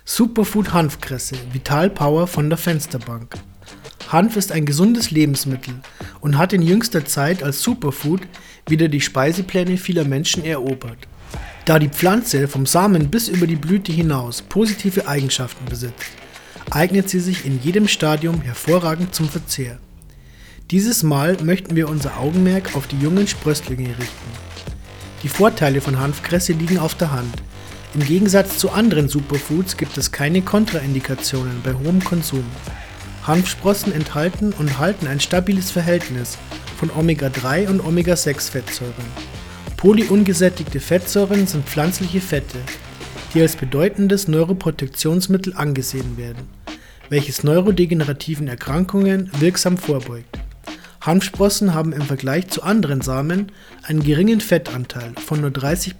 Superfood Hanfkresse, Vital Power von der Fensterbank. Hanf ist ein gesundes Lebensmittel und hat in jüngster Zeit als Superfood wieder die Speisepläne vieler Menschen erobert. Da die Pflanze vom Samen bis über die Blüte hinaus positive Eigenschaften besitzt, eignet sie sich in jedem Stadium hervorragend zum Verzehr. Dieses Mal möchten wir unser Augenmerk auf die jungen Sprösslinge richten. Die Vorteile von Hanfkresse liegen auf der Hand. Im Gegensatz zu anderen Superfoods gibt es keine Kontraindikationen bei hohem Konsum. Hanfsprossen enthalten und halten ein stabiles Verhältnis von Omega-3 und Omega-6-Fettsäuren. Polyungesättigte Fettsäuren sind pflanzliche Fette, die als bedeutendes Neuroprotektionsmittel angesehen werden, welches neurodegenerativen Erkrankungen wirksam vorbeugt. Hanfsprossen haben im Vergleich zu anderen Samen einen geringen Fettanteil von nur 30%.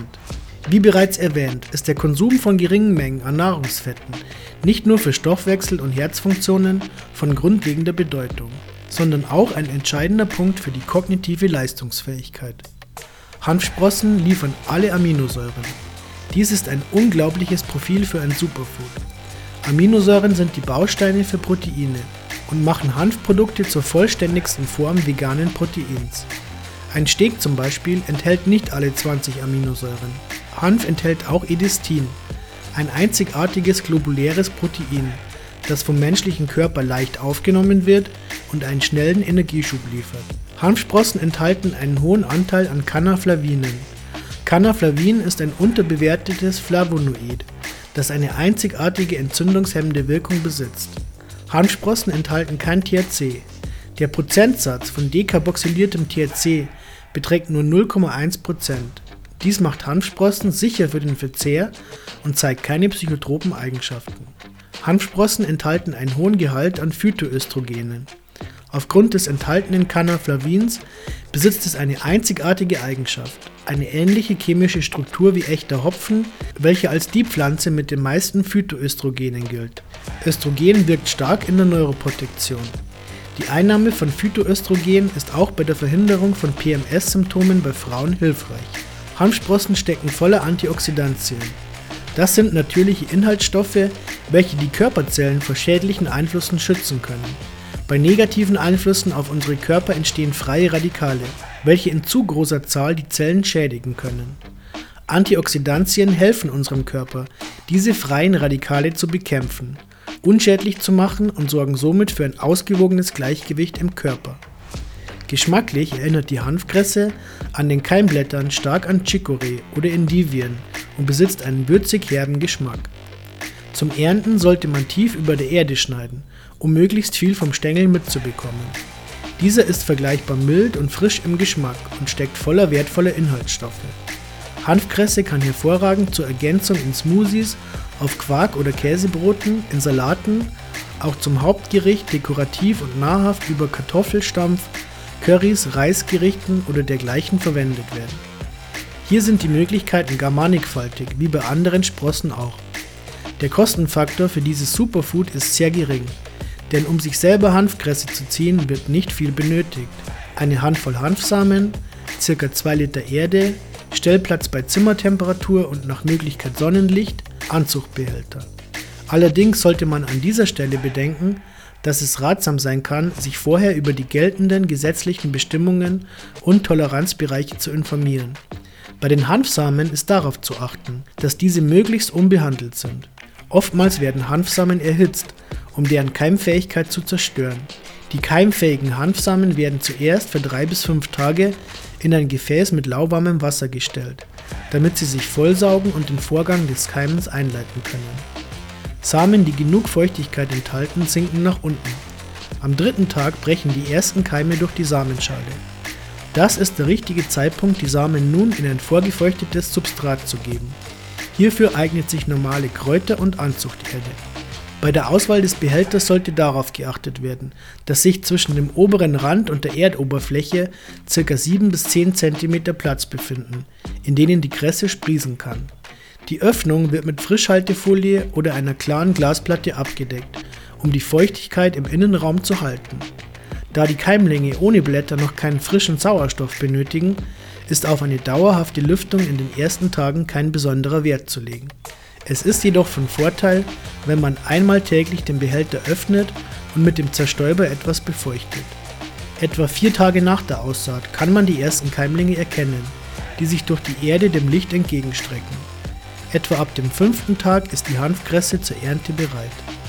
Wie bereits erwähnt, ist der Konsum von geringen Mengen an Nahrungsfetten nicht nur für Stoffwechsel und Herzfunktionen von grundlegender Bedeutung, sondern auch ein entscheidender Punkt für die kognitive Leistungsfähigkeit. Hanfsprossen liefern alle Aminosäuren. Dies ist ein unglaubliches Profil für ein Superfood. Aminosäuren sind die Bausteine für Proteine und machen Hanfprodukte zur vollständigsten Form veganen Proteins. Ein Steak zum Beispiel enthält nicht alle 20 Aminosäuren. Hanf enthält auch Edestin, ein einzigartiges globuläres Protein, das vom menschlichen Körper leicht aufgenommen wird und einen schnellen Energieschub liefert. Hanfsprossen enthalten einen hohen Anteil an Cannaflavinen. Cannaflavin ist ein unterbewertetes Flavonoid, das eine einzigartige entzündungshemmende Wirkung besitzt. Hanfsprossen enthalten kein THC. Der Prozentsatz von dekarboxyliertem THC beträgt nur 0,1%. Dies macht Hanfsprossen sicher für den Verzehr und zeigt keine psychotropen Eigenschaften. Hanfsprossen enthalten einen hohen Gehalt an Phytoöstrogenen. Aufgrund des enthaltenen Cannaflavins besitzt es eine einzigartige Eigenschaft, eine ähnliche chemische Struktur wie echter Hopfen, welche als die Pflanze mit den meisten Phytoöstrogenen gilt. Östrogen wirkt stark in der Neuroprotektion. Die Einnahme von Phytoöstrogen ist auch bei der Verhinderung von PMS-Symptomen bei Frauen hilfreich. Hanfsprossen stecken voller Antioxidantien. Das sind natürliche Inhaltsstoffe, welche die Körperzellen vor schädlichen Einflüssen schützen können. Bei negativen Einflüssen auf unsere Körper entstehen freie Radikale, welche in zu großer Zahl die Zellen schädigen können. Antioxidantien helfen unserem Körper, diese freien Radikale zu bekämpfen, unschädlich zu machen und sorgen somit für ein ausgewogenes Gleichgewicht im Körper. Geschmacklich erinnert die Hanfkresse an den Keimblättern stark an Chicorée oder Endivien und besitzt einen würzig-herben Geschmack. Zum Ernten sollte man tief über der Erde schneiden, um möglichst viel vom Stängel mitzubekommen. Dieser ist vergleichbar mild und frisch im Geschmack und steckt voller wertvoller Inhaltsstoffe. Hanfkresse kann hervorragend zur Ergänzung in Smoothies, auf Quark- oder Käsebroten, in Salaten, auch zum Hauptgericht dekorativ und nahrhaft über Kartoffelstampf, Currys, Reisgerichten oder dergleichen verwendet werden. Hier sind die Möglichkeiten gar mannigfaltig, wie bei anderen Sprossen auch. Der Kostenfaktor für dieses Superfood ist sehr gering, denn um sich selber Hanfkresse zu ziehen, wird nicht viel benötigt. Eine Handvoll Hanfsamen, ca. 2 Liter Erde, Stellplatz bei Zimmertemperatur und nach Möglichkeit Sonnenlicht, Anzuchtbehälter. Allerdings sollte man an dieser Stelle bedenken, dass es ratsam sein kann, sich vorher über die geltenden gesetzlichen Bestimmungen und Toleranzbereiche zu informieren. Bei den Hanfsamen ist darauf zu achten, dass diese möglichst unbehandelt sind. Oftmals werden Hanfsamen erhitzt, um deren Keimfähigkeit zu zerstören. Die keimfähigen Hanfsamen werden zuerst für 3 bis 5 Tage in ein Gefäß mit lauwarmem Wasser gestellt, damit sie sich vollsaugen und den Vorgang des Keimens einleiten können. Samen, die genug Feuchtigkeit enthalten, sinken nach unten. Am 3. Tag brechen die ersten Keime durch die Samenschale. Das ist der richtige Zeitpunkt, die Samen nun in ein vorgefeuchtetes Substrat zu geben. Hierfür eignet sich normale Kräuter- und Anzuchterde. Bei der Auswahl des Behälters sollte darauf geachtet werden, dass sich zwischen dem oberen Rand und der Erdoberfläche ca. 7 bis 10 cm Platz befinden, in denen die Kresse sprießen kann. Die Öffnung wird mit Frischhaltefolie oder einer klaren Glasplatte abgedeckt, um die Feuchtigkeit im Innenraum zu halten. Da die Keimlinge ohne Blätter noch keinen frischen Sauerstoff benötigen, ist auf eine dauerhafte Lüftung in den ersten Tagen kein besonderer Wert zu legen. Es ist jedoch von Vorteil, wenn man einmal täglich den Behälter öffnet und mit dem Zerstäuber etwas befeuchtet. Etwa 4 Tage nach der Aussaat kann man die ersten Keimlinge erkennen, die sich durch die Erde dem Licht entgegenstrecken. Etwa ab dem 5. Tag ist die Hanfkresse zur Ernte bereit.